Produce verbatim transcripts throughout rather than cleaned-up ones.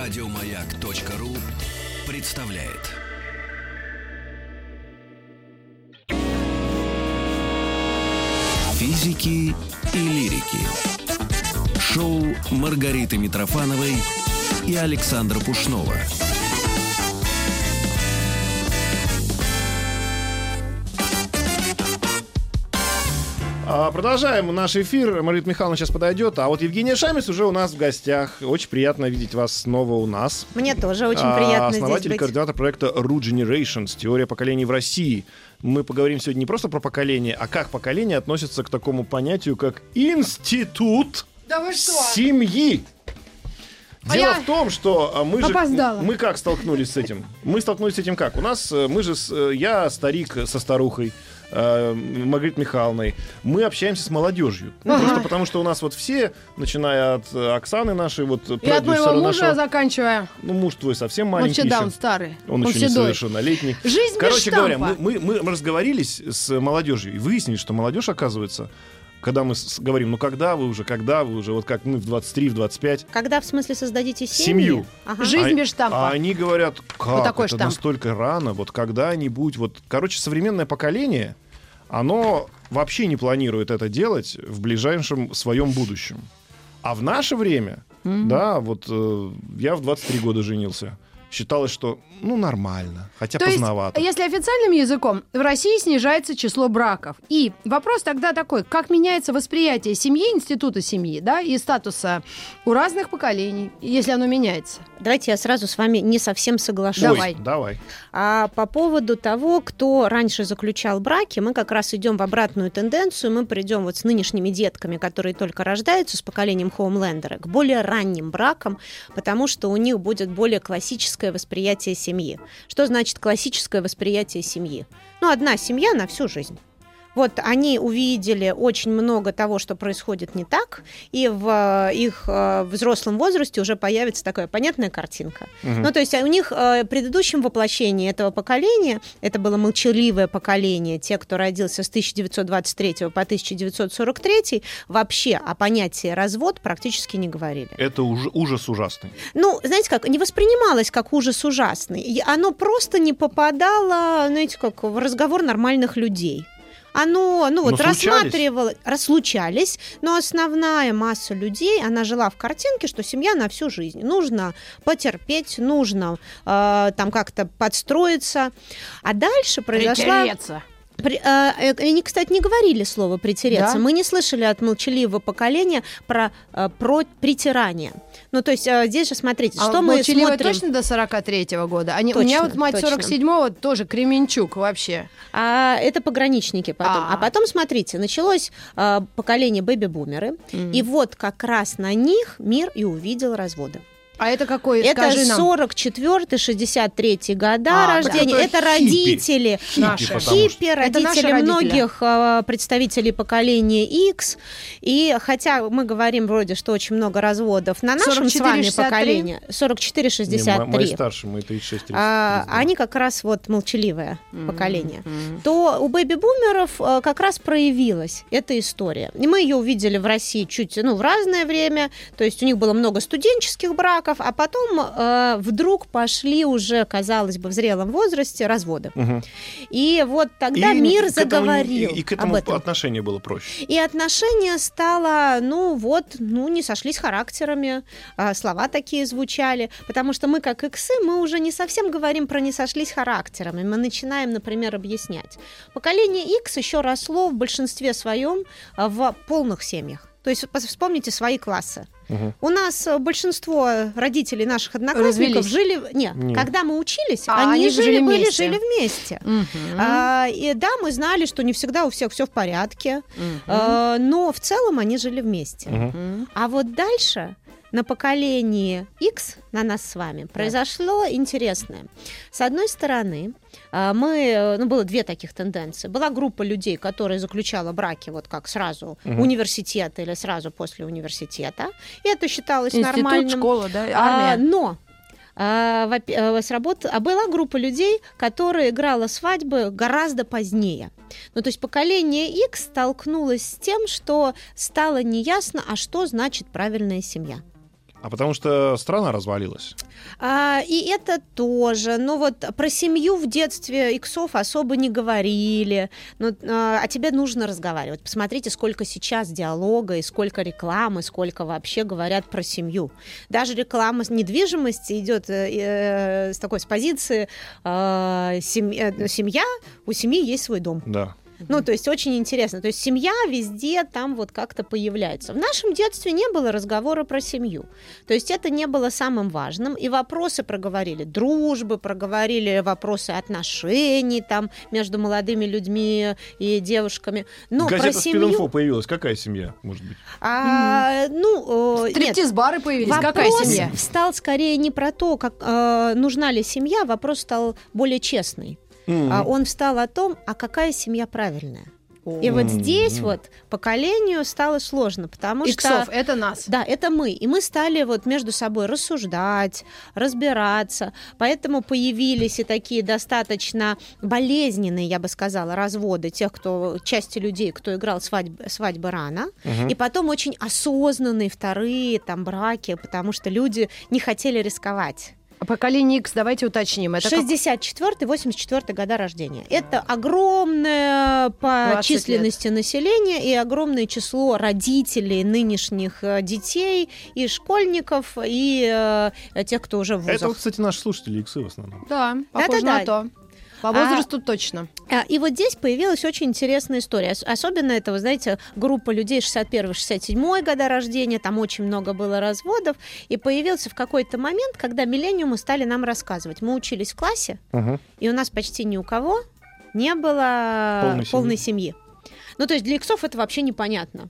Радиомаяк.ру представляет. Физики и лирики. Шоу Маргариты Митрофановой и Александра Пушнова. Продолжаем наш эфир. Маргарита Михайловна сейчас подойдет. А вот Евгения Шамис уже у нас в гостях. Очень приятно видеть вас снова у нас. Мне тоже очень приятно здесь быть. Основатель и координатор проекта Root Generations. Теория поколений в России. Мы поговорим сегодня не просто про поколение, а как поколение относится к такому понятию, как институт да семьи. А Дело я в том, что мы же опоздала. мы как столкнулись с этим? Мы столкнулись с этим как? У нас мы же я старик со старухой. Маргаритой Михайловной, мы общаемся с молодежью. Ну, ага. Просто потому, что у нас вот все, начиная от Оксаны нашей, вот и от моего мужа нашего, заканчивая. Ну, муж твой совсем маленький. Он, еще. да, он старый. Он, он еще седой. несовершеннолетний. Жизнь Короче без говоря, штампа. мы, мы, мы разговорились с молодежью и выяснили, что молодежь, оказывается, когда мы с- говорим, ну когда вы уже, когда вы уже, вот как мы в двадцать три, в двадцать пять. Когда, в смысле, создадите семью? Семью. Ага. Жизнь а, без штампа. А они говорят, как Вот такой это штамп. настолько рано, вот когда-нибудь, вот, короче, современное поколение, оно вообще не планирует это делать в ближайшем своем будущем. А в наше время, mm-hmm. да, вот э, я в двадцать три года женился. Считалось, что, ну, нормально, хотя То поздновато. есть, если официальным языком, в России снижается число браков. И вопрос тогда такой, как меняется восприятие семьи, института семьи, да, и статуса у разных поколений, если оно меняется. Давайте я сразу с вами не совсем соглашусь. Ой, Давай. давай. А по поводу того, кто раньше заключал браки, мы как раз идем в обратную тенденцию. Мы придем вот с нынешними детками, которые только рождаются, с поколением хоумлендера, к более ранним бракам, потому что у них будет более классическое восприятие семьи. Что значит классическое восприятие семьи? Ну, одна семья на всю жизнь. Вот они увидели очень много того, что происходит не так, и в их э, взрослом возрасте уже появится такая понятная картинка. Угу. Ну, то есть у них э, в предыдущем воплощении этого поколения, это было молчаливое поколение, те, кто родился с тысяча девятьсот двадцать третьего по тысяча девятьсот сорок третий, вообще о понятии развод практически не говорили. Это уж, ужас ужасный. Ну, знаете как, не воспринималось как ужас ужасный. И оно просто не попадало, знаете, как в разговор нормальных людей. Оно, ну вот, рассматривало, расслучались, но основная масса людей, она жила в картинке, что семья на всю жизнь. Нужно потерпеть, нужно э, там как-то подстроиться. А дальше произошла... Притереться. При, э, они, кстати, не говорили слово «притереться». Да? Мы не слышали от молчаливого поколения про, э, про притирание. Ну, то есть э, здесь же, смотрите, А что мы молчаливая смотрим... точно до сорок третьего года? Они, Точно, у меня вот мать точно. сорок седьмого тоже Кременчук вообще. А, это пограничники потом. А. А потом, смотрите, началось а, поколение бэби-бумеры, Mm. и вот как раз на них мир и увидел разводы. А это какой? Это Скажи нам. сорок четвёртый шестьдесят третий года А, рождения. да, это это родители, хиппи, Наши. потому что- хиппи, Это наши родители родители. многих а, представителей поколения X. И хотя мы говорим вроде, что очень много разводов на нашем с вами шестьдесят три поколении, сорок четыре Не, шестьдесят м- мои три. старше, мы тридцать шесть тридцать. А, они как раз вот молчаливое Мгм, поколение, мгм. то у бэби-бумеров э, как раз проявилась эта история. И мы ее увидели в России чуть, ну, в разное время, то есть у них было много студенческих браков, а потом э, вдруг пошли уже, казалось бы, в зрелом возрасте разводы. Угу. И вот тогда И мир к этому- заговорил и, и к этому об этом. отношение было проще. И отношение стало, ну вот, ну не сошлись характерами, а, слова такие звучали, потому что мы как иксы, мы уже не совсем говорим про не сошлись характерами, мы начинаем, например, объяснять. Поколение X еще росло в большинстве своем а, в полных семьях. То есть пос- вспомните свои классы. Угу. У нас э, большинство родителей наших одноклассников Развелись. жили... Не, Нет. когда мы учились, А, они, они жили, жили были, вместе. жили вместе. Мгм. А, и да, мы знали, что не всегда у всех все в порядке, Мгм. а, но в целом они жили вместе. Угу. Мгм. А вот дальше на поколении X, на нас с вами, произошло интересное. С одной стороны, а, мы, ну, было две таких тенденции. Была группа людей, которая заключала браки вот как сразу Мгм. университет или сразу после университета. И это считалось Институт, нормальным. школа, да, А, армия. но а, вопе- а, сработ- а была группа людей, которая играла свадьбы гораздо позднее. Ну, то есть поколение X столкнулось с тем, что стало неясно, а что значит правильная семья. А потому что страна развалилась. А, и это тоже. Ну вот про семью в детстве иксов особо не говорили. Но, а, а тебе нужно разговаривать. Посмотрите, сколько сейчас диалога, и сколько рекламы, сколько вообще говорят про семью. Даже реклама недвижимости идет э, э, с такой с позиции э, семья, семья, у семьи есть свой дом. Да. Ну, то есть очень интересно. То есть семья везде там вот как-то появляется. В нашем детстве не было разговора про семью. То есть это не было самым важным. И вопросы проговорили дружбы, проговорили вопросы отношений там между молодыми людьми и девушками. Но Газета про семью... «Спид-инфо» появилась. Какая семья, может быть? А, ну, э, Стриптиз-бары появились. Вопрос Какая семья? стал скорее не про то, как, э, нужна ли семья, вопрос стал более честный. Mm-hmm. А он встал о том, а какая семья правильная. И Mm-hmm. вот здесь вот поколению стало сложно, потому Иксов, что... это нас. Да, это мы. И мы стали вот между собой рассуждать, разбираться. Поэтому появились и такие достаточно болезненные, я бы сказала, разводы тех, кто, части людей, кто играл свадьбы, свадьбы рано. Uh-huh. И потом очень осознанные вторые там браки, потому что люди не хотели рисковать. Поколение Икс, давайте уточним. Это шестьдесят четвёртый — восемьдесят четвёртый года рождения. Это огромное по численности лет. Населения и огромное число родителей нынешних детей и школьников, и э, тех, кто уже в вузах. Это, вот, кстати, наши слушатели Иксы в основном. Да, похоже Это да. на то. По возрасту а, точно. И вот здесь появилась очень интересная история. Особенно это, вы знаете, группа людей шестьдесят первый — шестьдесят седьмой года рождения, там очень много было разводов, и появился в какой-то момент, когда миллениумы стали нам рассказывать. Мы учились в классе, угу. и у нас почти ни у кого не было полной, полной семьи. семьи. Ну, то есть для иксов это вообще непонятно.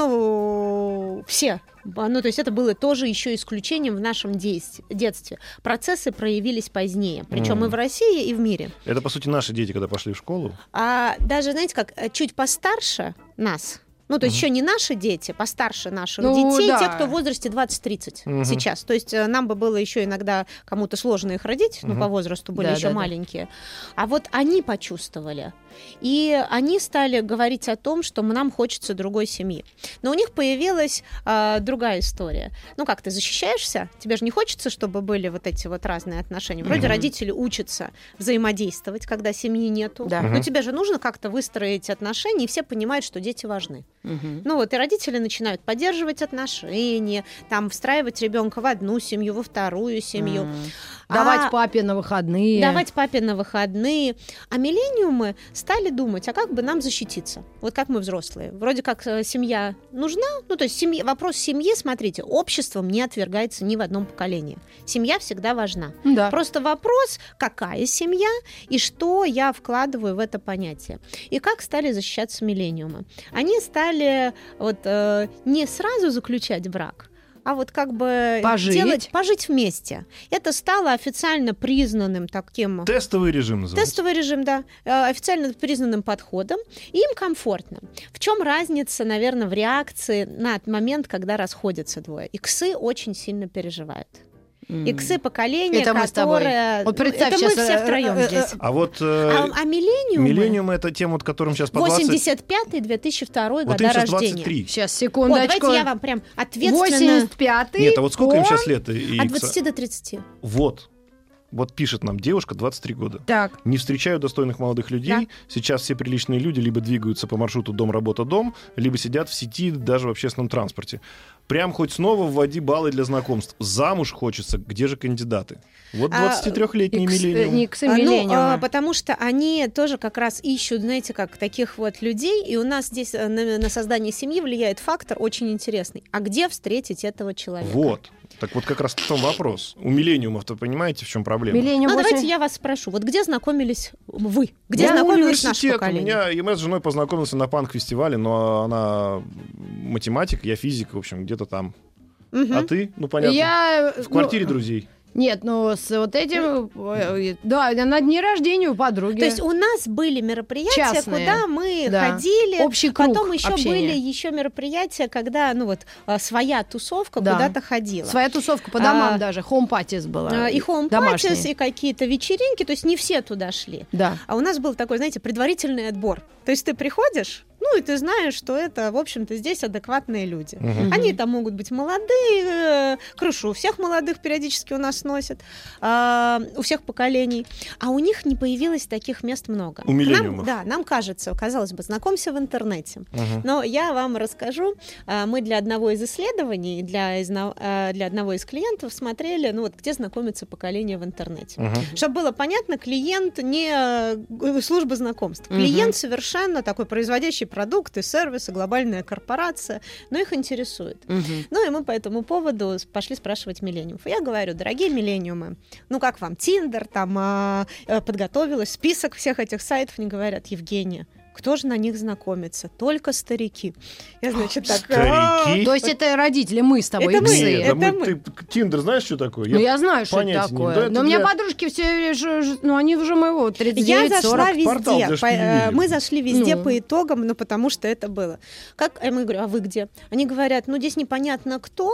Ну, все. Ну, то есть это было тоже еще исключением в нашем детстве. Процессы проявились позднее, причем mm. и в России, и в мире. Это, по сути, наши дети, когда пошли в школу? А даже, знаете, как чуть постарше нас, ну, то есть uh-huh. еще не наши дети, постарше наших ну, детей, да. те, кто в возрасте двадцать-тридцать uh-huh. сейчас. То есть нам бы было еще иногда кому-то сложно их родить, uh-huh. ну, по возрасту были да, еще да, маленькие. Да. А вот они почувствовали. И они стали говорить о том, что нам хочется другой семьи. Но у них появилась э, другая история. Ну, как ты защищаешься? Тебе же не хочется, чтобы были вот эти вот разные отношения. Вроде uh-huh. родители учатся взаимодействовать, когда семьи нету. Да. Uh-huh. Но тебе же нужно как-то выстроить отношения, и все понимают, что дети важны. Uh-huh. Ну вот, и родители начинают поддерживать отношения, там, встраивать ребенка в одну семью, во вторую семью. Uh-huh. А, давать папе на выходные. Давать папе на выходные. А миллениумы стали думать, а как бы нам защититься? Вот как мы взрослые. Вроде как семья нужна. Ну, то есть семья, вопрос семьи, смотрите, обществом не отвергается ни в одном поколении. Семья всегда важна. Да. Просто вопрос, какая семья и что я вкладываю в это понятие. И как стали защищаться миллениумы? Они стали вот, э, не сразу заключать брак, а вот как бы пожить. делать, пожить вместе. Это стало официально признанным таким... Тестовый режим называется. Тестовый режим, да. Официально признанным подходом. И им комфортно. В чем разница, наверное, в реакции на момент, когда расходятся двое? Иксы очень сильно переживают. Иксы поколения, это которое... Вот представь, это мы сейчас... все втроем здесь. А вот... Э... А, а миллениумы... Миллениумы — это тем, вот, которым сейчас по двадцать... восемьдесят пятый — две тысячи второй вот года рождения. двадцать три. Сейчас, секундочку. О, давайте я вам прям ответственно... восемьдесят пятый Нет, а вот сколько по... им сейчас лет? И От двадцати до тридцати. Вот. Вот пишет нам девушка, двадцать три года. Так. Не встречаю достойных молодых людей. Да. Сейчас все приличные люди либо двигаются по маршруту дом-работа-дом, либо сидят в сети, даже в общественном транспорте. Прям хоть снова вводи баллы для знакомств. Замуж хочется. Где же кандидаты? Вот двадцатитрёхлетние миллениумы. А, ну, а, потому что они тоже как раз ищут, знаете, как таких вот людей. И у нас здесь на, на создание семьи влияет фактор очень интересный. А где встретить этого человека? Вот. Так вот как раз в том вопрос. У миллениумов-то понимаете, в чем проблема? Миллениум ну, давайте я вас спрошу. Вот где знакомились вы? Где я знакомились наше поколение? У меня, и мы с женой познакомился на панк-фестивале, но она математик, я физик, в общем, где-то там. Угу. А ты? Ну, понятно. Я... В квартире ну... друзей. Нет, ну с вот этим, да, на дни рождения у подруги. То есть у нас были мероприятия, частные, куда мы да. ходили. Общий круг Потом еще общения. Были еще мероприятия, когда, ну вот, своя тусовка да. куда-то ходила. Своя тусовка по домам а, даже, хоум-патис была. И хоум-патис, и какие-то вечеринки, то есть не все туда шли. Да. А у нас был такой, знаете, предварительный отбор. То есть ты приходишь, Ну, и ты знаешь, что это, в общем-то, здесь адекватные люди. Мгм. Они там могут быть молодые, э, крышу у всех молодых периодически у нас носят, а, у всех поколений. А у них не появилось таких мест много. У миллениумов. Нам, да, нам кажется, казалось бы, знакомься в интернете. Мгм. Но я вам расскажу, а, мы для одного из исследований, для, изна- а, для одного из клиентов смотрели, ну вот, где знакомится поколение в интернете. Мгм. Чтобы было понятно, клиент не э, служба знакомств. Мгм. Клиент совершенно такой производящий продукты, сервисы, глобальная корпорация, но их интересует. Мгм. Ну и мы по этому поводу с- пошли спрашивать миллениумов. Я говорю, дорогие миллениумы, ну как вам Тиндер, там а, э, подготовилась, список всех этих сайтов, они говорят, Евгения, кто же на них знакомится? Только старики. Я, значит, так... Старики? То есть это родители, мы с тобой, Это мы, иксы. Нет, да это мы- ты Тиндер знаешь, что такое? Ну, я знаю, что это понятия не имею. такое. Да, это Но у меня для- подружки все, ж- ж- ну, они уже моего, тридцать Я девять зашла сорок. портал везде. для по- э, шпионили. мы зашли везде Ну. по итогам, ну потому что это было. Как я ему говорю, а вы где? Они говорят, ну здесь непонятно кто.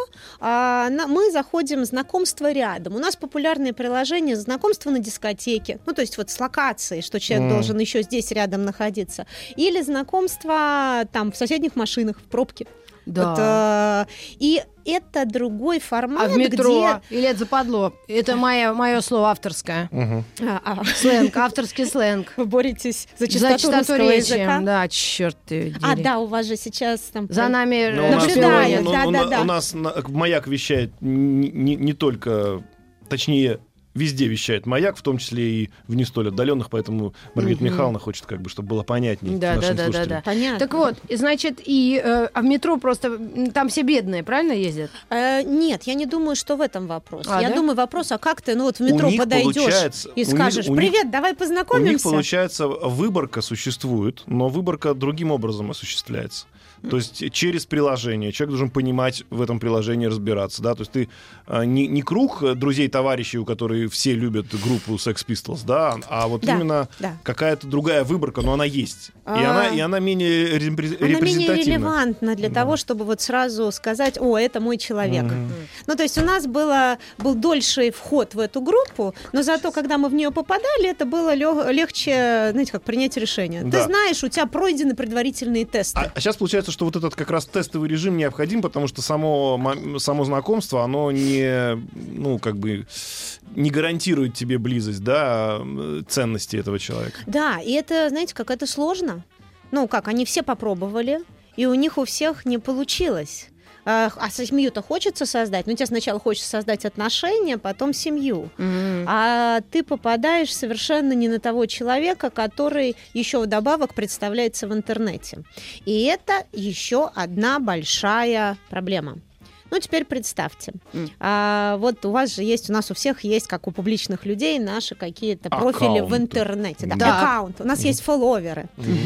А, на- мы заходим знакомство рядом. У нас популярные приложения знакомство на дискотеке. Ну то есть вот с локацией, что человек Мгм. должен еще здесь рядом находиться. Или знакомство там в соседних машинах в пробке. Да. Вот, э, и это другой формат, А в метро? где... Или это западло? Это мое, мое слово авторское. Мгм. А, а, Сленг, авторский сленг. вы боретесь за За чистоту чистоту русского речи. языка. Да, черт ты. А, дери. да, у вас же сейчас там... За нами Но у нас- Наблюдают, ну, да, у да, на- да. У нас на- маяк вещает не, не- не только, точнее, везде вещает маяк, в том числе и в не столь отдаленных, поэтому Маргарита Мгм. Михайловна хочет, как бы, чтобы было понятнее Да, нашим да, да, да, слушателям. да. Понятно. Так вот, и, значит, и э, а в метро просто м, там все бедные, правильно ездят? Э, нет, я не думаю, что в этом вопрос. А, я да? думаю, вопрос, а как ты, ну вот в метро У них подойдешь получается- и у них- скажешь, у них- привет, давай У них, познакомимся. получается, выборка существует, но выборка другим образом осуществляется. То есть через приложение. Человек должен понимать в этом приложении, разбираться. Да? То есть ты а, не, не круг друзей, товарищей, у которых все любят группу Sex Pistols, да, а вот Да, именно да. какая-то другая выборка, но она есть. И, А. она, и она менее репре- Она менее репрезентативна. релевантна для Да. того, чтобы вот сразу сказать, о, это мой человек. Мгм. Ну, то есть у нас было, был дольший вход в эту группу, но зато, когда мы в нее попадали, это было лё- легче, знаете, как принять решение. Да. Ты знаешь, у тебя пройдены предварительные тесты. А, а сейчас получается, что вот этот как раз тестовый режим необходим, потому что само, мо- само знакомство, оно не, ну, как бы, не гарантирует тебе близость, да, э, ценности этого человека. Да, и это, знаете, как это сложно. Ну, как, они все попробовали, и у них у всех не получилось. А а семью-то хочется создать, ну, тебе сначала хочется создать отношения, потом семью. А ты попадаешь совершенно не на того человека, который еще вдобавок представляется в интернете. И это еще одна большая проблема. Ну, теперь представьте, М. а, вот у вас же есть, у нас у всех есть, как у публичных людей, наши какие-то профили в Аккаунты. интернете. Да, Так. аккаунты. У нас есть фолловеры.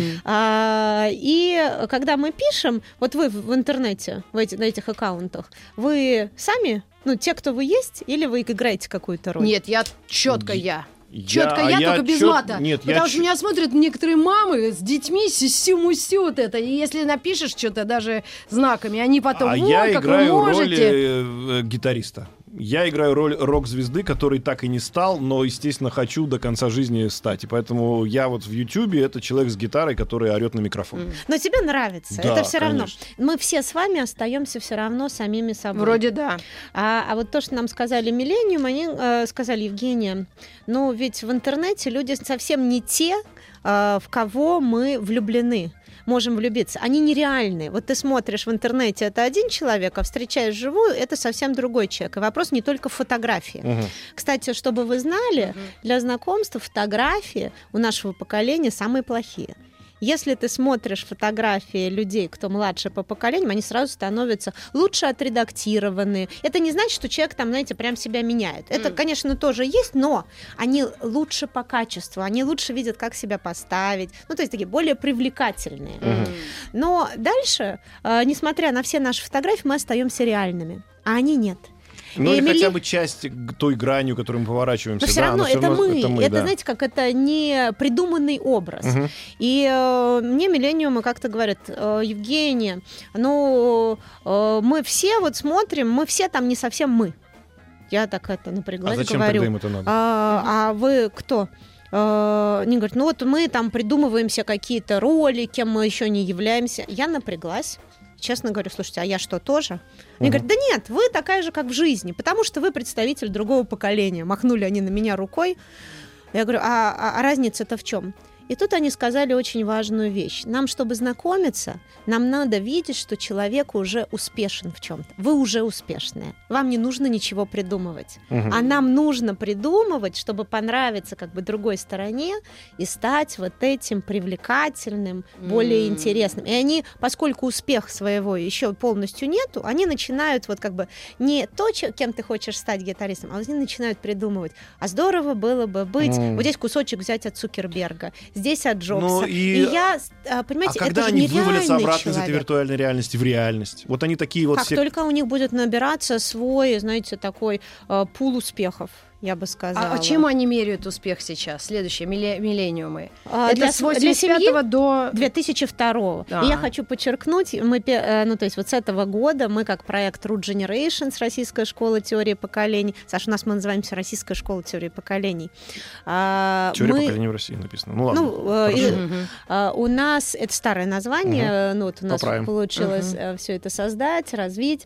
А, и когда мы пишем, вот вы в в интернете, в эти, на этих аккаунтах, вы сами, ну, те, кто вы есть, или вы играете какую-то роль? Нет, я четко я. Я- Четко а я, только без чёт- мата. Нет, я Потому что чё- меня смотрят некоторые мамы с детьми, сисю-мусю вот это. И если напишешь что-то даже знаками, они потом, А вот, я как играю вы роль можете. э, э, гитариста. Я играю роль рок-звезды, который так и не стал, но, естественно, хочу до конца жизни стать. И поэтому я вот в Ютьюбе это человек с гитарой, который орет на микрофон. Но тебе нравится, Да, это все равно. конечно. Мы все с вами остаемся все равно самими собой. Вроде да. А, а вот то, что нам сказали Миллениум, они э, сказали, Евгения, ну ведь в интернете люди совсем не те, э, в кого мы влюблены. Можем влюбиться. Они нереальные. Вот ты смотришь в интернете, это один человек, а встречаешь вживую, это совсем другой человек. И вопрос не только в фотографии. Мгм. Кстати, чтобы вы знали, для знакомства фотографии у нашего поколения самые плохие. Если ты смотришь фотографии людей, кто младше по поколению, они сразу становятся лучше отредактированные. Это не значит, что человек там, знаете, прям себя меняет. Это, Мгм. конечно, тоже есть, но они лучше по качеству, они лучше видят, как себя поставить. Ну, то есть такие более привлекательные. Мгм. Но дальше, э, несмотря на все наши фотографии, мы остаемся реальными, а они нет. Ну И или Эмили- хотя бы часть г- той гранью, которой мы поворачиваемся. Но все да, равно но всё это равно мы. это мы, да. знаете, как это не придуманный образ. Мгм. И э, мне миллениумы как-то говорят, э, Евгения, ну, э, мы все вот смотрим, мы все там не совсем мы. Я так это напряглась, А зачем говорю. тогда им это надо? А, а вы кто? э, они говорят, ну вот мы там придумываем себе какие-то роли, кем мы еще не являемся. Я напряглась. Честно говорю, слушайте, а я что, тоже? Они uh-huh. говорят, да нет, вы такая же, как в жизни, потому что вы представитель другого поколения. Махнули они на меня рукой. Я говорю, а, а, а разница-то в чем? И тут они сказали очень важную вещь. Нам, чтобы знакомиться, нам надо видеть, что человек уже успешен в чем-то. Вы уже успешные. Вам не нужно ничего придумывать. Угу. А нам нужно придумывать, чтобы понравиться как бы другой стороне и стать вот этим привлекательным, более mm. интересным. И они, поскольку успех своего еще полностью нету, они начинают вот как бы не то, кем ты хочешь стать гитаристом, а они начинают придумывать. А здорово было бы быть, mm. вот здесь кусочек взять от Цукерберга, здесь от Джобса. Ну, и... и я, понимаете, а когда это же они вывалятся обратно человек. из этой виртуальной реальности в реальность? Вот они такие вот как все... только у них будет набираться свой, знаете, такой э, пул успехов, я бы сказала. А, а чем они меряют успех сейчас? Следующие милле- миллениумы. А, это для, с восемьдесят пятого до две тысячи второго. А. И я хочу подчеркнуть, мы, ну, то есть вот с этого года мы как проект Root Generations, Российская школа теории поколений. Саша, у нас мы называемся Российская школа теории поколений. Теория мы... поколений в России написано. Ну ладно. Ну, и, uh-huh. у нас это старое название, uh-huh. ну, вот у нас Поправим. получилось uh-huh. все это создать, развить.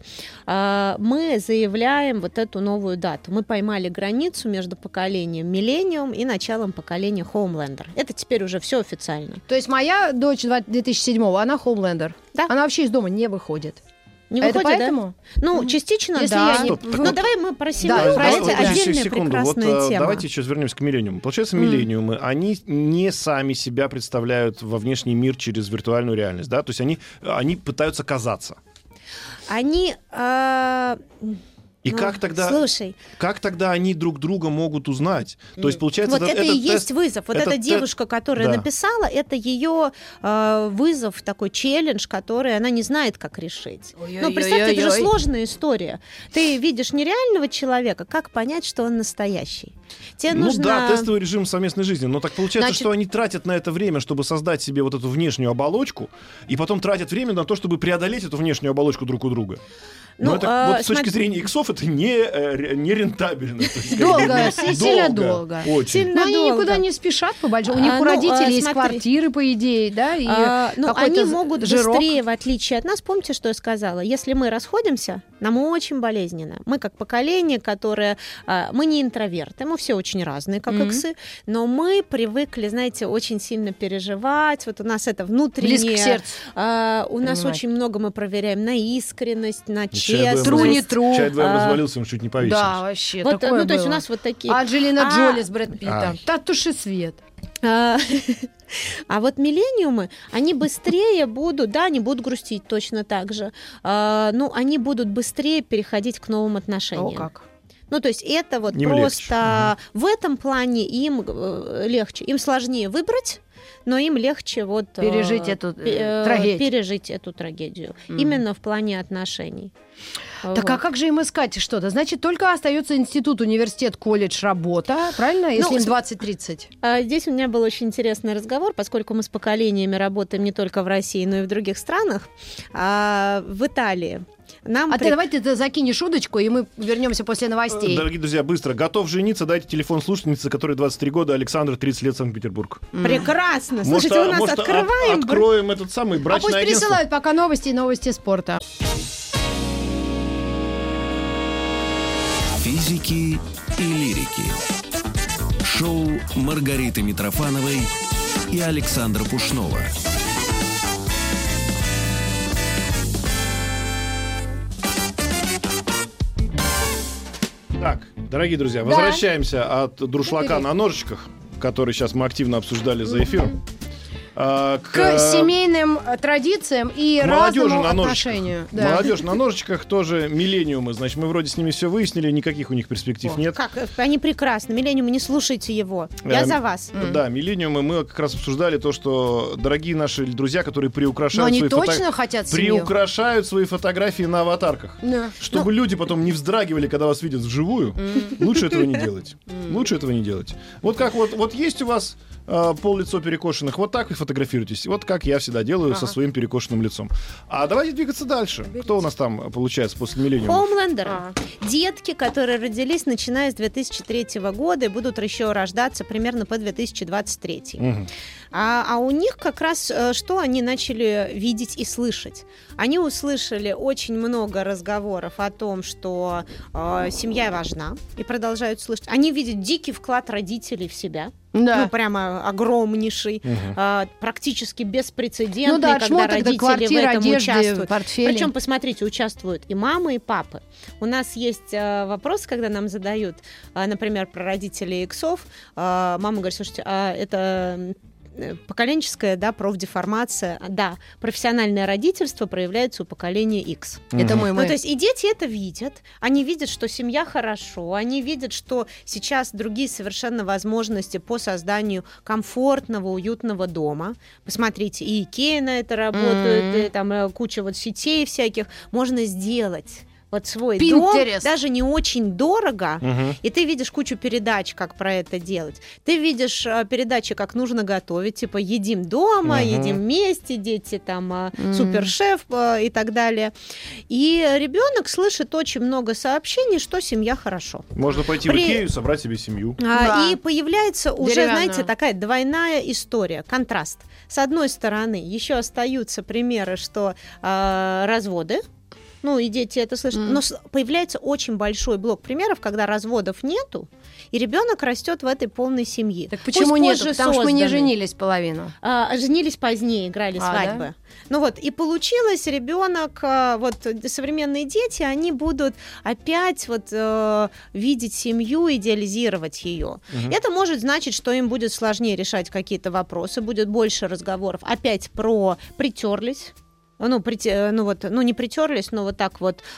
Мы заявляем вот эту новую дату. Мы поймали границу между поколением Millennium и началом поколения Homelander. Это теперь уже все официально. То есть моя дочь две тысячи седьмого, она Homelander. Да. Она вообще из дома не выходит. Не а выходит, это поэтому? Да? Ну, mm-hmm. частично, Если да. Я не... Стоп, ну, вот... давай мы про семью, да, про да, эти да, отдельная секунду. прекрасная вот, тема. Давайте сейчас вернемся к миллениуму. Получается, mm. миллениумы, они не сами себя представляют во внешний мир через виртуальную реальность, да? То есть они, они пытаются казаться. Они... Э... И ну, как тогда, слушай, как тогда они друг друга могут узнать? То есть, получается, вот это, это и этот есть тест, вызов. Вот эта тест... девушка, которая да. написала, это ее э, вызов, такой челлендж, который она не знает, как решить. Ой-ой-ой-ой-ой. Ну, представьте, это же сложная история. Ты видишь нереального человека, как понять, что он настоящий? Тебе ну нужно... да, тестовый режим совместной жизни. Но так получается, Значит... что они тратят на это время, чтобы создать себе вот эту внешнюю оболочку, и потом тратят время на то, чтобы преодолеть эту внешнюю оболочку друг у друга. Ну, Но это, а, вот с точки смотри... зрения иксов это не, не рентабельно. Долго, сильно долго. Очень. Но они никуда не спешат, по большому. У них у родителей есть квартиры, по идее, да? И ну, они могут быстрее, в отличие от нас. Помните, что я сказала? Если мы расходимся, нам очень болезненно. Мы как поколение, которое... Мы не интроверты, мы все очень разные, как mm-hmm. иксы, но мы привыкли, знаете, очень сильно переживать. Вот у нас это внутреннее... Близко к сердцу. А, у нас Понимать. Очень много мы проверяем на искренность, на честность. Тру, не тру. Чай двоем а, развалился, он чуть не повесился. Да, вообще, вот, такое Ну, было. то есть у нас вот такие... Анджелина а, Джоли с Брэд Питтом. Да, туши свет. А, а вот миллениумы, они быстрее будут, да, они будут грустить точно так же, а, ну, они будут быстрее переходить к новым отношениям. О, как? Ну, то есть это вот им просто... Угу. В этом плане им легче. Им сложнее выбрать, но им легче вот... Пережить эту э, трагедию. Пережить эту трагедию. Mm. Именно в плане отношений. Так вот. А как же им искать что-то? Значит, только остается институт, университет, колледж, работа, правильно? Если ну, им двадцать-тридцать. Здесь у меня был очень интересный разговор, поскольку мы с поколениями работаем не только в России, но и в других странах. В Италии. Нам а при... ты давай ты закинешь удочку, и мы вернемся после новостей. Дорогие друзья, быстро. Готов жениться? Дайте телефон слушательнице, которой двадцать три года, Александр, тридцать лет, Санкт-Петербург. Прекрасно. Может, Слушайте, а, у нас может, открываем... От, откроем этот самый брачный А пусть агентство. присылают пока новости и новости спорта. Физики и лирики. Шоу Маргариты Митрофановой и Александра Пушнова. Так, дорогие друзья, да. возвращаемся от дуршлака на ножичках, который сейчас мы активно обсуждали за эфиром. К, к семейным традициям и разному на отношению. Да. Молодежь на ножичках тоже миллениумы. Значит, мы вроде с ними все выяснили, никаких у них перспектив О, нет. Как? Они прекрасны. Миллениумы, не слушайте его. Я э, за вас. Да, миллениумы. Мы как раз обсуждали то, что дорогие наши друзья, которые приукрашают, Но они свои, точно фото... хотят приукрашают свои фотографии на аватарках. Да. Чтобы ну... люди потом не вздрагивали, когда вас видят вживую. Mm. Лучше этого не делать. Mm. Лучше этого не делать. Вот как вот, вот есть у вас... пол лицо перекошенных. Вот так вы фотографируйтесь. Вот как я всегда делаю ага. со своим перекошенным лицом. А давайте двигаться дальше. Берите. Кто у нас там получается после миллениума? Хоумлендеры. А. Детки, которые родились начиная с две тысячи третьего года и будут еще рождаться примерно по две тысячи двадцать третий. Угу. А, а у них как раз что они начали видеть и слышать? Они услышали очень много разговоров о том, что э, семья важна, и продолжают слышать. Они видят дикий вклад родителей в себя. Да. Ну, прямо огромнейший, угу. э, практически беспрецедентный, ну, да, когда родители квартиры, в этом одежды, участвуют. Портфели. Причем, посмотрите, участвуют и мамы, и папы. У нас есть э, вопрос, когда нам задают, э, например, про родителей иксов. Э, мама говорит, слушайте, а это... поколенческая, да, профдеформация, да, профессиональное родительство проявляется у поколения X. Угу. Это мой, мой. Ну, то есть и дети это видят, они видят, что семья хорошо, они видят, что сейчас другие совершенно возможности по созданию комфортного, уютного дома. Посмотрите, и Икеа на это работает, mm-hmm. и там куча вот сетей всяких можно сделать. Вот свой Pinterest. Дом, даже не очень дорого, угу. и ты видишь кучу передач, как про это делать. Ты видишь э, передачи, как нужно готовить, типа «Едим дома», угу. «Едим вместе», «Дети», там, э, угу. «Супершеф» э, и так далее. И ребенок слышит очень много сообщений, что семья хорошо. Можно пойти При... в Икею и собрать себе семью. А, да. И появляется уже, знаете, такая двойная история, контраст. С одной стороны, еще остаются примеры, что э, разводы, ну, и дети это слышат. Mm. Но появляется очень большой блок примеров, когда разводов нету, и ребенок растет в этой полной семье. Так почему нет? Потому что мы не женились половину. А, женились позднее, играли а, свадьбы. Да? Ну вот, и получилось, ребенок, вот современные дети, они будут опять вот э, видеть семью, идеализировать ее. Mm-hmm. Это может значить, что им будет сложнее решать какие-то вопросы, будет больше разговоров опять про «притерлись». Ну, прити, ну, вот, ну, не притерлись, но вот так вот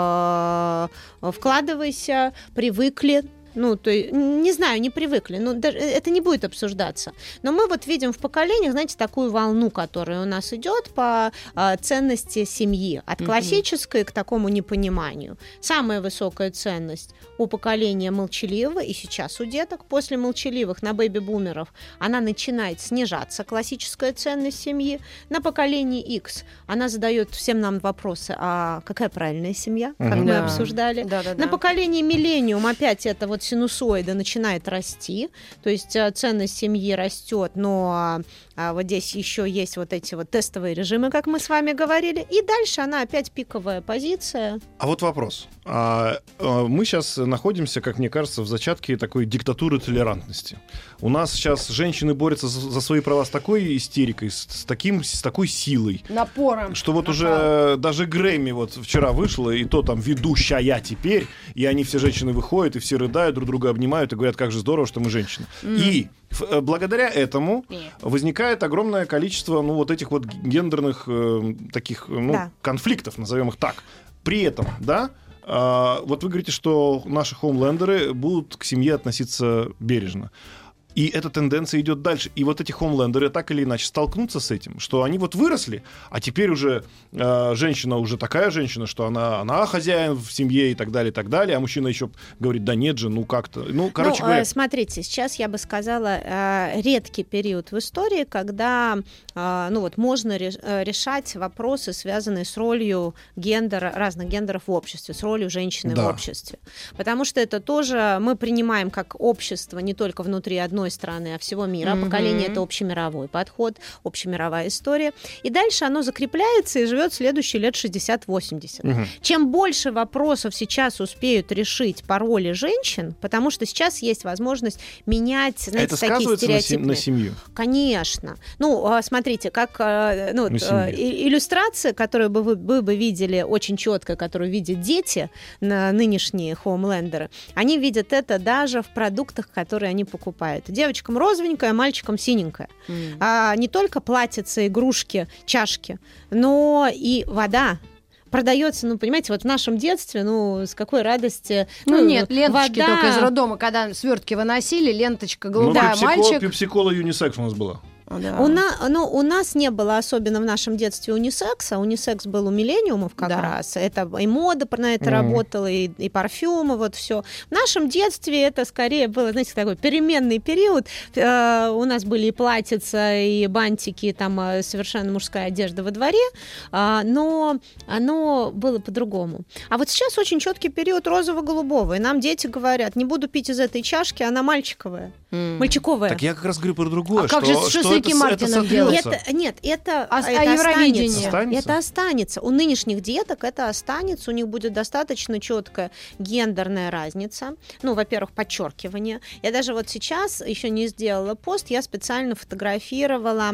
э, вкладывайся, привыкли. Ну, то есть, не знаю, не привыкли, но даже это не будет обсуждаться. Но мы вот видим в поколениях, знаете, такую волну, которая у нас идет по а, ценности семьи, от классической mm-hmm. к такому непониманию. Самая высокая ценность у поколения молчаливого, и сейчас у деток, после молчаливых на бэби-бумеров, она начинает снижаться, классическая ценность семьи. На поколении X она задает всем нам вопросы, а какая правильная семья, mm-hmm. как мы да. обсуждали. Да-да-да. На поколении миллениум опять это вот синусоида начинает расти, то есть ценность семьи растет, но а, а вот здесь еще есть вот эти вот тестовые режимы, как мы с вами говорили, и дальше она опять пиковая позиция. А вот вопрос. А, а, мы сейчас находимся, как мне кажется, в зачатке такой диктатуры толерантности. У нас сейчас женщины борются за, за свои права с такой истерикой, с, с, таким, с такой силой. Напором. Что вот Напором. Уже даже Грэмми вот вчера вышла, и то там ведущая теперь, и они все женщины выходят, и все рыдают, друг друга обнимают и говорят, как же здорово, что мы женщины. Mm. И в, благодаря этому yeah. возникает огромное количество, ну, вот этих вот гендерных э, таких, ну, да. конфликтов, назовем их так. При этом, да, э, вот вы говорите, что наши хоумлендеры будут к семье относиться бережно. И эта тенденция идет дальше. И вот эти хоумлендеры так или иначе столкнутся с этим, что они вот выросли, а теперь уже э, женщина уже такая женщина, что она, она хозяин в семье и так далее, и так далее, а мужчина еще говорит, да нет же, ну как-то. Ну, короче ну, говоря... Смотрите, сейчас я бы сказала, э, редкий период в истории, когда э, ну, вот, можно реш- решать вопросы, связанные с ролью гендера, разных гендеров в обществе, с ролью женщины да. в обществе. Потому что это тоже мы принимаем как общество не только внутри одной страны, а всего мира. Mm-hmm. Поколение — это общемировой подход, общемировая история. И дальше оно закрепляется и живет следующие лет шестьдесят-восемьдесят. Mm-hmm. Чем больше вопросов сейчас успеют решить по роли женщин, потому что сейчас есть возможность менять, знаете, это такие стереотипы. На семью? Конечно. Ну, смотрите, как ну, иллюстрация, которую бы вы, вы бы видели очень четко, которую видят дети, нынешние хоумлендеры, они видят это даже в продуктах, которые они покупают. Девочкам розовенькая, мальчикам синенькая. Mm. А, не только платьица, игрушки, чашки, но и вода. Продается, ну, понимаете, вот в нашем детстве, ну, с какой радости. Ну, ну нет, ленточки вода... только из роддома, когда свертки выносили, ленточка голубая, ну, мальчик. Пепсикола юнисекс у нас была. Да. У, на, ну, у нас не было особенно в нашем детстве унисекса. Унисекс был у миллениумов как Да. раз. Это и мода на это Мгм. работала, и, и парфюмы, вот все. В нашем детстве это скорее было, знаете, такой переменный период. Э, у нас были и платьица, и бантики, и там э, совершенно мужская одежда во дворе, а, но оно было по-другому. А вот сейчас очень четкий период розово-голубого, и нам дети говорят, не буду пить из этой чашки, она мальчиковая, М. мальчиковая. Так я как раз говорю про другое. А как что, же с что Шашлыки это, Мартином это делать? сотрется. Это, нет, это, А- это а Евровидение? останется. Останется? Это останется. У нынешних деток это останется. У них будет достаточно четкая гендерная разница. Ну, во-первых, подчеркивание. Я даже вот сейчас еще не сделала пост. Я специально фотографировала.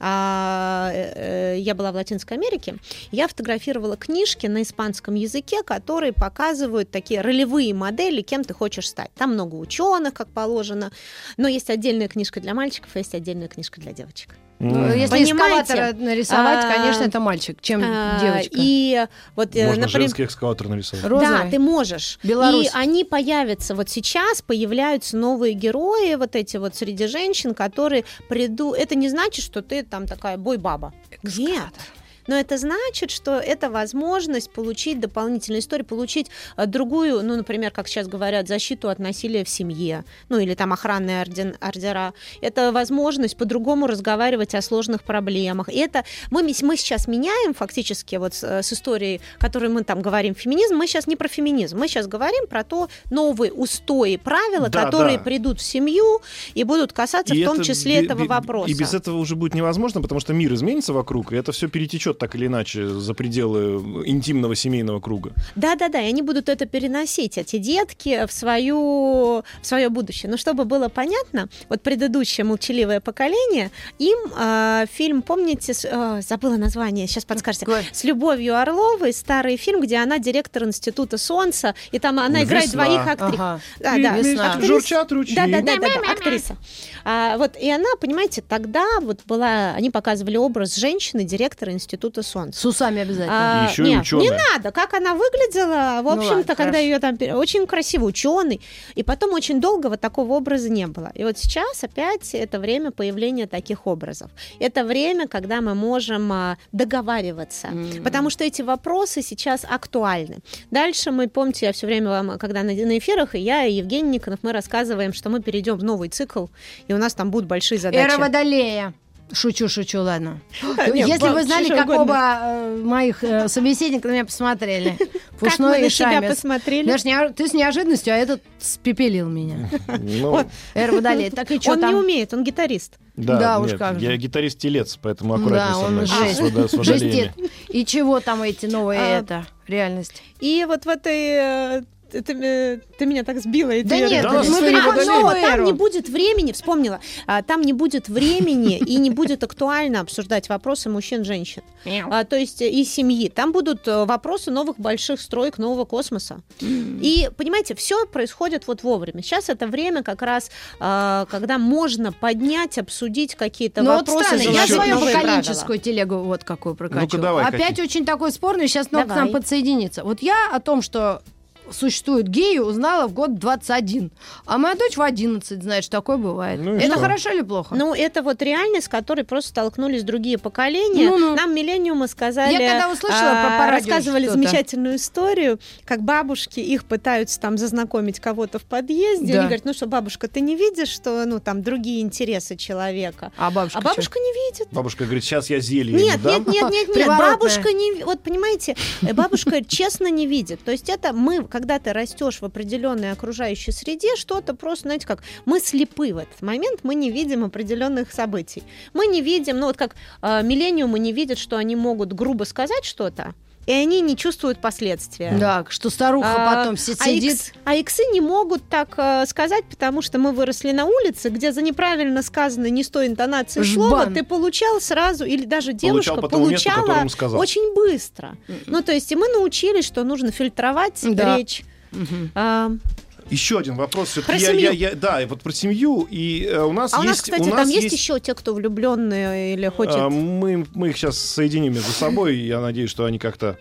а, э, э, я была в Латинской Америке. Я фотографировала книжки на испанском языке, которые показывают такие ролевые модели, кем ты хочешь стать. Там много ученых, как положено. Но есть отдельная книжка для мальчиков, а есть отдельная книжка для девочек. Ну, М. если Понимаете? экскаватора нарисовать, А, конечно, это мальчик, чем А, девочка. И вот, э, Можно например, женский экскаватор нарисовать. Розовый. да, ты можешь. Беларусь. И они появятся. Вот сейчас появляются новые герои, вот эти вот среди женщин, которые придут. Это не значит, что ты там такая бой-баба. Нет. Но это значит, что это возможность получить дополнительную историю, получить э, другую, ну, например, как сейчас говорят, защиту от насилия в семье, ну, или там охранные орден, ордера. Это возможность по-другому разговаривать о сложных проблемах. И это мы, мы сейчас меняем фактически вот с, с историей, которую мы там говорим, феминизм, мы сейчас не про феминизм, мы сейчас говорим про то новые устои, правила, Да, которые да. придут в семью и будут касаться И в том это числе бе- этого бе- вопроса. И без этого уже будет невозможно, потому что мир изменится вокруг, и это все перетечет так или иначе за пределы интимного семейного круга. Да-да-да, и они будут это переносить, эти детки, в, свою, в свое будущее. Но чтобы было понятно, вот предыдущее молчаливое поколение, им э, фильм, помните, с- э, забыла название, сейчас подскажете, Какой? с Любовью Орловой, старый фильм, где она директор Института Солнца, и там она играет «Весна». двоих актрис. Ага. Да, да, «Весна». актриса. Журчат ручьи. Да, да, да, да, да, актриса. А, вот, и она, понимаете, тогда вот была, они показывали образ женщины, директора Института Солнца. С усами обязательно. А, И еще и нет, ученая. не надо, как она выглядела, в Ну общем-то, ладно, когда хорошо. ее там пер- очень красивый ученый, и потом очень долго вот такого образа не было. И вот сейчас опять это время появления таких образов. Это время, когда мы можем а, договариваться, М. потому что эти вопросы сейчас актуальны. Дальше мы, помните, я все время вам, когда на, на эфирах, и я, и Евгений Никонов, мы рассказываем, что мы перейдем в новый цикл, и у нас там будут большие задачи. Эра Водолея. Шучу, шучу, ладно. Нет, Если баб, вы знали, что как угодно. оба э, моих э, собеседника на меня посмотрели. Как Пушной мы и на себя Шамес. посмотрели. Знаешь, неож- ты с неожиданностью, а этот спепелил меня. Ну, Эра Водолея. Так и что Он не там? умеет, он гитарист. да, Да уж нет, как же. я гитарист-телец, поэтому аккуратнее Да, со он мной. жесть. с водо- с водолеями. Жестит. И чего там эти новые, А. это, реальность? И вот в этой... э, Ты, э, ты меня так сбила. и Да ты- нет, Да, мы свои переходим водолеи. в новую там эру. не будет времени, вспомнила, а, там не будет времени и не будет актуально обсуждать вопросы мужчин-женщин. А, то есть э, и семьи. Там будут э, вопросы новых больших строек, нового космоса. И, понимаете, все происходит вот вовремя. Сейчас это время как раз, а, когда можно поднять, обсудить какие-то Ну вот вопросы. странно, я заложить свою новые поколенческую телегу вот какую прокачу. Ну-ка, давай, Опять какие? очень такой спорный, сейчас много к Давай. нам подсоединится. Вот я о том, что существует геи, узнала в год двадцать один. А моя дочь в одиннадцать знает, что такое бывает. Ну и Это что? хорошо или плохо? Ну, это вот реальность, с которой просто столкнулись другие поколения. Ну-ну. Нам миллениумы сказали... Я когда услышала а, про- по радио рассказывали что-то. замечательную историю, как бабушки их пытаются там зазнакомить кого-то в подъезде. Да. Они говорят, ну что, бабушка, ты не видишь, что ну там другие интересы человека? А бабушка, А чё? бабушка не видит. Бабушка говорит, сейчас я зелье Нет, ему дам. нет, нет, нет, нет. Приворотная. Бабушка не... ви- Вот понимаете, э, бабушка честно не видит. То есть это мы, когда ты растешь в определенной окружающей среде, что-то просто, знаете, как мы слепы в этот момент, мы не видим определенных событий. Мы не видим, ну вот как э, миллениумы не видят, что они могут грубо сказать что-то, и они не чувствуют последствия. Да, что старуха А, потом си- а сидит. икс- А иксы не могут так э, сказать, потому что мы выросли на улице, где за неправильно сказанное не с той интонацией Жбан. слова ты получал сразу, или даже девушка Получал по тому месту, получала которому сказал. очень быстро. Ну, то есть и мы научились, что нужно фильтровать Да. речь. Мгм. А, Еще один вопрос. Всё-таки Про я, семью. я, я- да, и вот про семью. И э, у нас а у есть... нас, кстати, у нас там есть еще те, кто влюбленные или хочет... а, мы, мы их сейчас соединим между собой. и Я надеюсь, что они как-то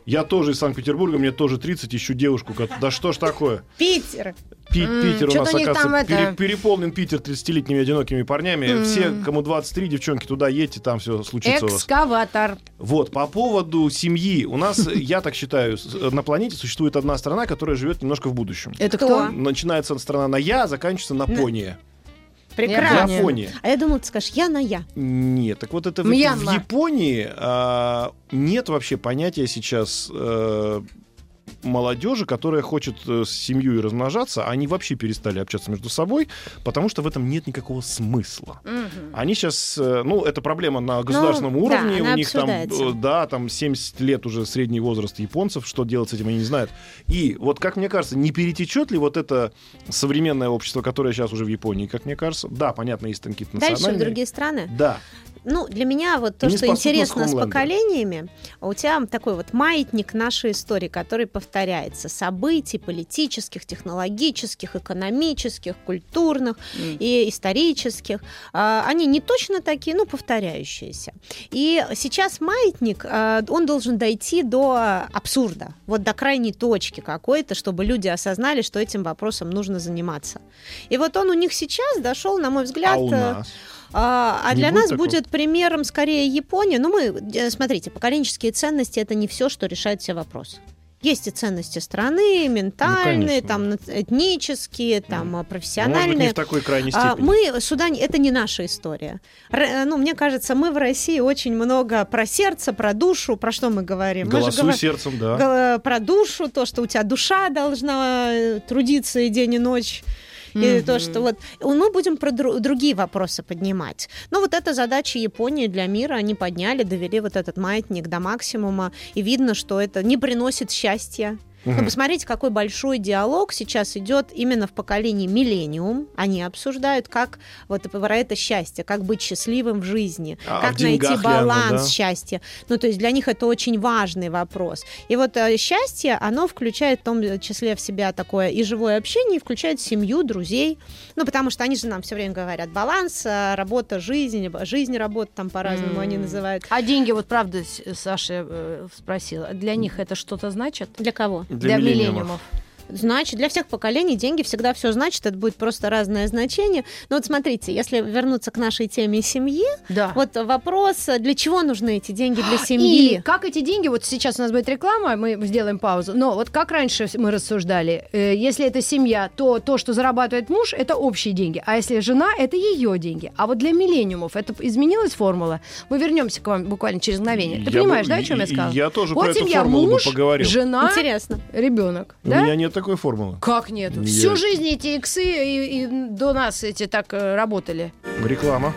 Я тоже из Санкт-Петербурга, мне тоже тридцать, ищу девушку. Да что ж такое? Питер. Пи- М, Питер у чё-то нас, у них там оказывается, это- пере- переполнен Питер тридцатилетними одинокими парнями. М. Все, кому двадцать три, девчонки, туда едьте, там все случится у вас. Экскаватор. Вот, по поводу семьи. У нас, я так считаю, с- на планете существует одна страна, которая живет немножко в будущем. Это Кто? кто? Начинается страна на «я», заканчивается на «пония». Прекрасно. Япония. А я думала, ты скажешь, я на я. Нет, так вот это в, Мьянма. в Японии а, нет вообще понятия сейчас э, молодежи, которая хочет э, с семьей размножаться. Они вообще перестали общаться между собой, потому что в этом нет никакого смысла. Мгм. Они сейчас, э, ну, это проблема на государственном Ну, уровне, да, она у них там, обсуждается. э, да, там семьдесят лет уже средний возраст японцев, что делать с этим они не знают. И вот, как мне кажется, не перетечет ли вот это современное общество, которое сейчас уже в Японии, как мне кажется? Да, понятно, есть там какие-то Дальше национальные. в другие страны. Да. Ну, для меня вот то, И не что способна интересно с Хоумлендера. поколениями, у тебя такой вот маятник нашей истории, который повторяется. Событий политических, технологических, экономических, культурных М. и исторических. А, Они не точно такие, но повторяющиеся. И сейчас маятник, а, он должен дойти до абсурда, вот до крайней точки какой-то, чтобы люди осознали, что этим вопросом нужно заниматься. И вот он у них сейчас дошел, на мой взгляд... А у э, нас? А, а Не для будет нас такого? будет примером скорее Япония. Ну, мы, э, смотрите, поколенческие ценности — это не все, что решает все вопросы. Есть и ценности страны, ментальные, конечно. там, нац- этнические, там, а, Ну, может быть, профессиональные. не в такой крайней А, степени. Мы сюда, не- это не наша история. Р- ну, мне кажется, мы в России очень много про сердце, про душу, про что мы говорим? Мы же Голосуй говорим- сердцем, да. Г- про душу, то, что у тебя душа должна э, трудиться и день, и ночь. И Мгм. то, что вот мы будем про дру- другие вопросы поднимать. Но вот эта задача Японии для мира, они подняли, довели вот этот маятник до максимума, и видно, что это не приносит счастья. Ну, Мгм. посмотрите, какой большой диалог сейчас идет именно в поколении миллениум. Они обсуждают, как вот про это счастье, как быть счастливым в жизни, А как в деньгах найти ли оно, баланс да? счастья. Ну, то есть для них это очень важный вопрос. И вот э, счастье, оно включает в том числе в себя такое и живое общение, и включает семью, друзей. Ну, потому что они же нам все время говорят: баланс, э, работа, жизнь, жизнь, работа, там по-разному М. они называют. А деньги, вот правда, С- Саша э, спросила, для них это что-то значит? Для кого? Для миллениумов. Значит, для всех поколений деньги всегда все значит, это будет просто разное значение. Но вот смотрите, если вернуться к нашей теме семьи, Да. вот вопрос, для чего нужны эти деньги для семьи? И как эти деньги, вот сейчас у нас будет реклама, мы сделаем паузу, но вот как раньше мы рассуждали, э, если это семья, то то, что зарабатывает муж, это общие деньги, а если жена, это ее деньги. А вот для миллениумов это изменилась формула? Мы вернемся к вам буквально через мгновение. Ты Я понимаешь, бы- да, о чем я и- сказала? Я тоже Вот про эту семья, формулу муж, бы поговорил. жена, Интересно. ребенок, У да? меня нет такой формулы. Как нет? Я- Всю жизнь эти иксы и, и до нас эти так э, работали. Реклама.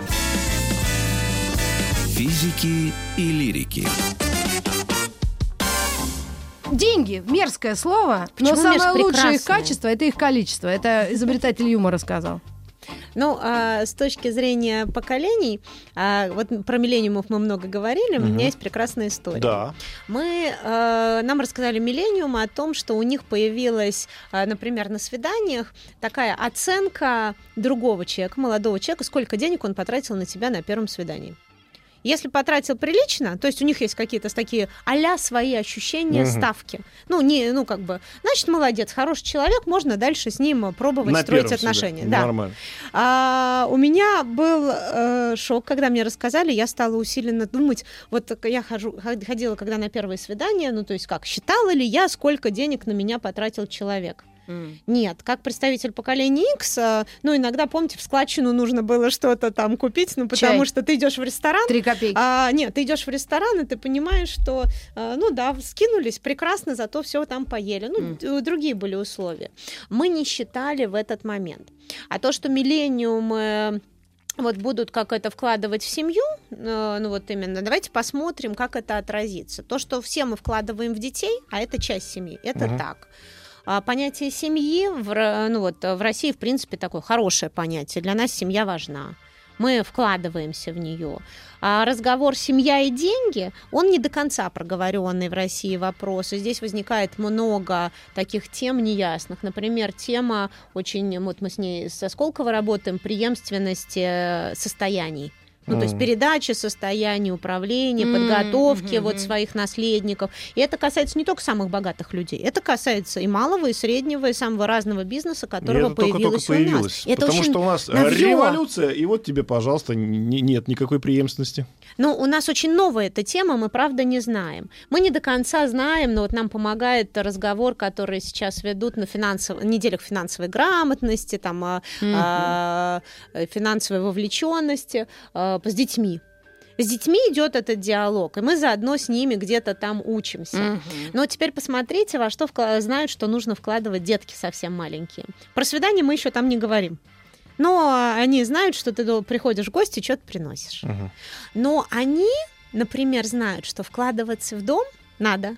Физики и лирики. Деньги, мерзкое слово, но Почему самое мерзкое? лучшее их Прекрасное. качество – это их количество. Это изобретатель юмора сказал. Ну, а, с точки зрения поколений, а, вот про миллениумов мы много говорили, у Мгм. меня есть прекрасная история. Да. Мы, э, нам рассказали миллениумы о том, что у них появилась, э, например, на свиданиях такая оценка другого человека, молодого человека, сколько денег он потратил на тебя на первом свидании. Если потратил прилично, то есть у них есть какие-то такие а-ля свои ощущения, Мгм. ставки. Ну, не, ну, как бы, значит, молодец, хороший человек, можно дальше с ним пробовать На строить первом отношения. свидании. Да. Нормально. А, у меня был э, шок, когда мне рассказали, я стала усиленно думать, вот так я хожу, ход- ходила когда на первое свидание, ну то есть как, считала ли я, сколько денег на меня потратил человек? Нет, как представитель поколения X, э, ну иногда, помните, в складчину нужно было что-то там купить, ну потому Чай. что ты идешь в ресторан, Три копейки. а, нет, ты идешь в ресторан, и ты понимаешь, что, э, ну да, скинулись прекрасно, зато все там поели. Ну, Мгм. д- другие были условия. Мы не считали в этот момент. А то, что миллениумы вот будут как это вкладывать в семью, э, ну вот именно, давайте посмотрим, как это отразится. То, что все мы вкладываем в детей, а это часть семьи, это Мгм. так. А понятие семьи в, Ро- ну вот, в России, в принципе, такое хорошее понятие. Для нас семья важна. Мы вкладываемся в нее. А разговор «семья и деньги», он не до конца проговоренный в России вопрос. И здесь возникает много таких тем неясных. Например, тема очень, вот мы с ней со Сколково работаем, преемственности э, состояний. Ну, mm. то есть передача состояния, управления, mm. подготовки mm-hmm. вот своих наследников. И это касается не только самых богатых людей, это касается и малого, и среднего, и самого разного бизнеса, которого это появилось только, только у появилось. нас. Это Потому очень что у нас новьё. Революция, и вот тебе, пожалуйста, не, нет никакой преемственности. Ну, у нас очень новая эта тема, мы, правда, не знаем. Мы не до конца знаем, но вот нам помогает разговор, который сейчас ведут на финансов... неделях финансовой грамотности, там, mm-hmm. а, финансовой вовлеченности, а, с детьми. С детьми идет этот диалог, и мы заодно с ними где-то там учимся. Mm-hmm. Но теперь посмотрите, во что вкла... знают, что нужно вкладывать детки совсем маленькие. Про свидание мы еще там не говорим. Но они знают, что ты приходишь в гости и что-то приносишь. Uh-huh. Но они, например, знают, что вкладываться в дом надо.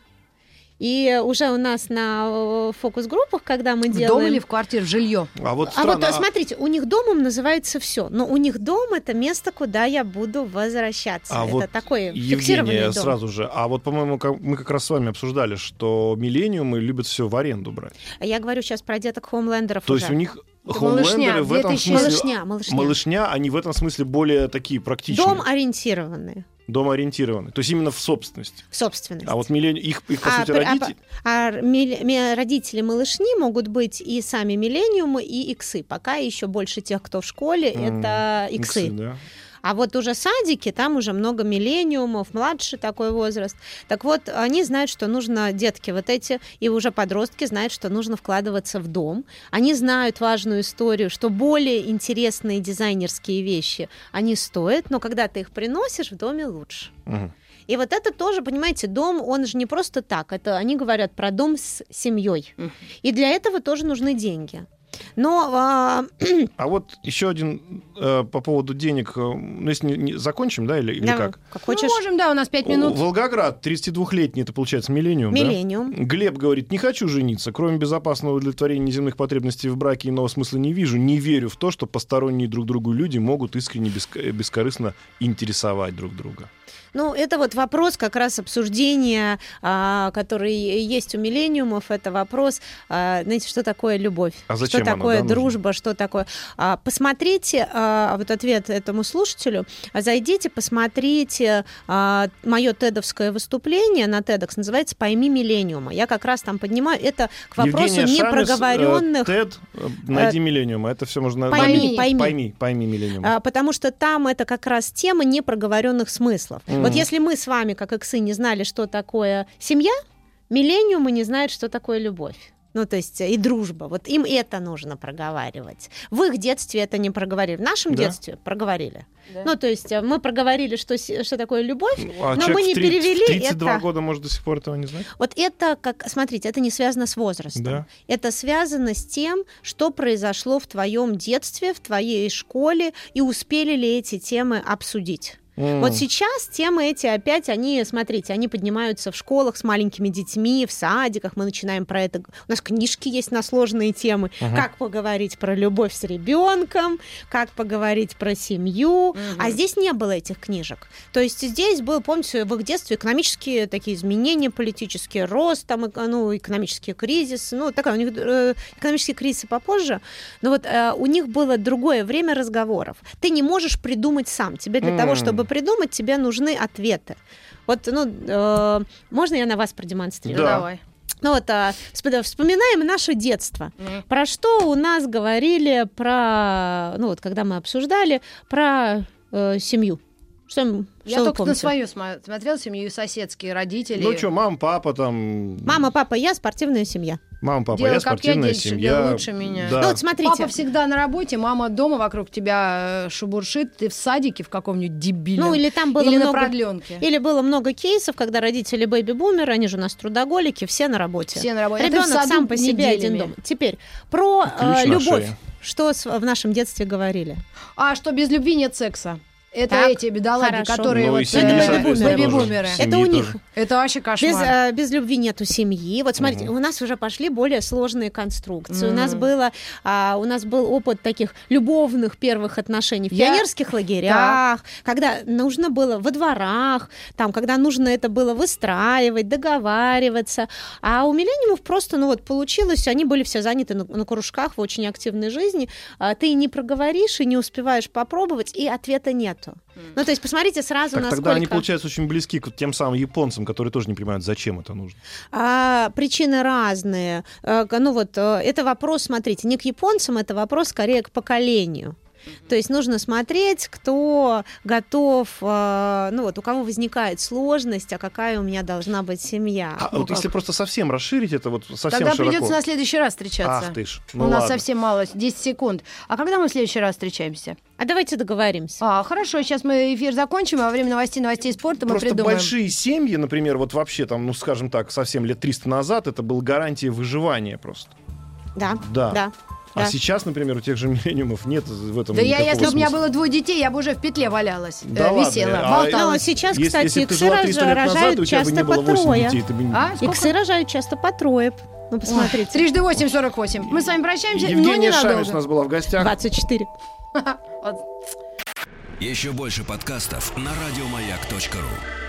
И уже у нас на фокус-группах, когда мы в делаем... В дом или в квартиру, в жилье? А вот, а вот смотрите, у них домом называется все, но у них дом — это место, куда я буду возвращаться. А это вот такой фиксированный Евгения, дом. Сразу же. А вот, по-моему, мы как раз с вами обсуждали, что миллениумы любят все в аренду брать. А я говорю сейчас про деток хоумлендеров. То уже. есть у них... Малышня, в этом смысле... малышня, малышня. Малышня, они в этом смысле более такие практичные. Дом-ориентированные. Дом-ориентированные. То есть именно в собственность. В собственность. А вот миллени... их, их, по а, сути, а, родители... А, а ми... родители малышни могут быть и сами миллениумы, и иксы. Пока еще больше тех, кто в школе, mm. это иксы. иксы да. А вот уже садики, там уже много миллениумов, младший такой возраст. Так вот, они знают, что нужно, детки вот эти, и уже подростки знают, что нужно вкладываться в дом. Они знают важную историю, что более интересные дизайнерские вещи, они стоят, но когда ты их приносишь, в доме лучше. Угу. И вот это тоже, понимаете, дом, он же не просто так. Это они говорят про дом с семьей. Угу. И для этого тоже нужны деньги. Но, а... а вот еще один э, по поводу денег. Ну, если не, не закончим, да, или, или да, как? как хочешь. Мы можем, да, у нас пять минут. Волгоград, тридцатидвухлетний, это получается миллениум, Миллениум. Да? Глеб говорит, не хочу жениться. Кроме безопасного удовлетворения неземных потребностей в браке, иного смысла не вижу. Не верю в то, что посторонние друг другу люди могут искренне, бескорыстно интересовать друг друга. Ну, это вот вопрос как раз обсуждения, а, который есть у миллениумов. Это вопрос, а, знаете, что такое любовь, а зачем что такое оно, да, дружба, нужно? Что такое... А, посмотрите, а, вот ответ этому слушателю, зайдите, посмотрите а, мое тедовское выступление на TEDx, называется «Пойми миллениума». Я как раз там поднимаю, это к вопросу Евгения непроговоренных... Шамес, TED, найди миллениума, это все можно... Пойми, пойми. Пойми, пойми миллениума. А, потому что там это как раз тема непроговоренных смыслов. Mm. Вот если мы с вами, как иксы, не знали, что такое семья, миллениумы не знают, что такое любовь. Ну, то есть и дружба. Вот им это нужно проговаривать. В их детстве это не проговорили. В нашем да. детстве проговорили. Да. Ну, то есть мы проговорили, что, что такое любовь, а но мы не тридцать, перевели тридцать два это... года, может, до сих пор этого не знать? Вот это, как, смотрите, это не связано с возрастом. Да. Это связано с тем, что произошло в твоем детстве, в твоей школе, и успели ли эти темы обсудить. Mm. Вот сейчас темы эти опять, они, смотрите, они поднимаются в школах с маленькими детьми, в садиках, мы начинаем про это. У нас книжки есть на сложные темы. Uh-huh. Как поговорить про любовь с ребенком, как поговорить про семью. Uh-huh. А здесь не было этих книжек. То есть здесь был, помните, в их детстве экономические такие изменения, политический рост, там, ну, экономический кризис. Ну, такая у них э, экономические кризисы попозже. Но вот э, у них было другое время разговоров. Ты не можешь придумать сам. Тебе для mm. того, чтобы придумать, тебе нужны ответы. Вот, ну, э, можно я на вас продемонстрирую? Да. Давай. Ну вот, а, вспоминаем наше детство. Mm. Про что у нас говорили, про, ну вот, когда мы обсуждали, про э, семью. Что, я что только на свою смотрела семью, соседские родители. Ну что, мама, папа там... Мама, папа, я, спортивная семья. Мама, папа, Делай, я, спортивная я, семья. Лучше меня. Да. Ну вот смотрите. Папа всегда на работе, мама дома вокруг тебя шебуршит, ты в садике в каком-нибудь дебильном. Ну или там было или много... на продленке. Или было много кейсов, когда родители бэйби-бумеры, они же у нас трудоголики, все на работе. Все на работе. Ребенок сам по себе один дома. Теперь про э, любовь. Что в нашем детстве говорили? А что без любви нет секса. Это так, эти бедолаги, хорошо. которые ну, вот... Это бэби-бумеры. Это у них. Это вообще кошмар. Без, э, без любви нету семьи. Вот смотрите, угу. у нас уже пошли более сложные конструкции. Mm. У нас было, а, у нас был опыт таких любовных первых отношений в Я... пионерских лагерях, да. когда нужно было во дворах, там, когда нужно это было выстраивать, договариваться. А у миллениумов просто, ну вот, получилось, они были все заняты на, на кружках в очень активной жизни. А, ты не проговоришь и не успеваешь попробовать, и ответа нет. нету. Ну, то есть, посмотрите сразу, Так насколько... тогда они, получается, очень близки к тем самым японцам, которые тоже не понимают, зачем это нужно. А, причины разные. А, ну вот, это вопрос, смотрите, не к японцам, это вопрос скорее к поколению. То есть нужно смотреть, кто готов, э, ну вот у кого возникает сложность, а какая у меня должна быть семья. А ну, вот как... если просто совсем расширить это, вот совсем Тогда широко. придется на следующий раз встречаться. Ах ты ж, У ну нас ладно. совсем мало, десять секунд. А когда мы в следующий раз встречаемся? А давайте договоримся. А, хорошо, сейчас мы эфир закончим, а во время новостей, новостей спорта мы Просто придумаем. большие семьи, например, вот вообще там, ну скажем так, совсем лет триста назад, это была гарантия выживания просто. Да, Да. да. А Да. сейчас, например, у тех же миллениумов нет в этом Да я, никакого если бы у меня смысла. было двое детей, я бы уже в петле валялась, Да э, ладно, висела, а- Но болталась. сейчас, Если, кстати, если бы ты иксы жила триста лет назад, рожают у тебя бы не часто было по восемь трое. детей. Ты бы... не- А? Сколько? Иксы рожают часто по трое. Ну, посмотрите. Трижды восемь, сорок восемь. Мы с вами прощаемся, но Евгения Шамиш у ненадолго. нас была в гостях. двадцать четыре. Вот. Еще больше подкастов на радиомаяк точка ру.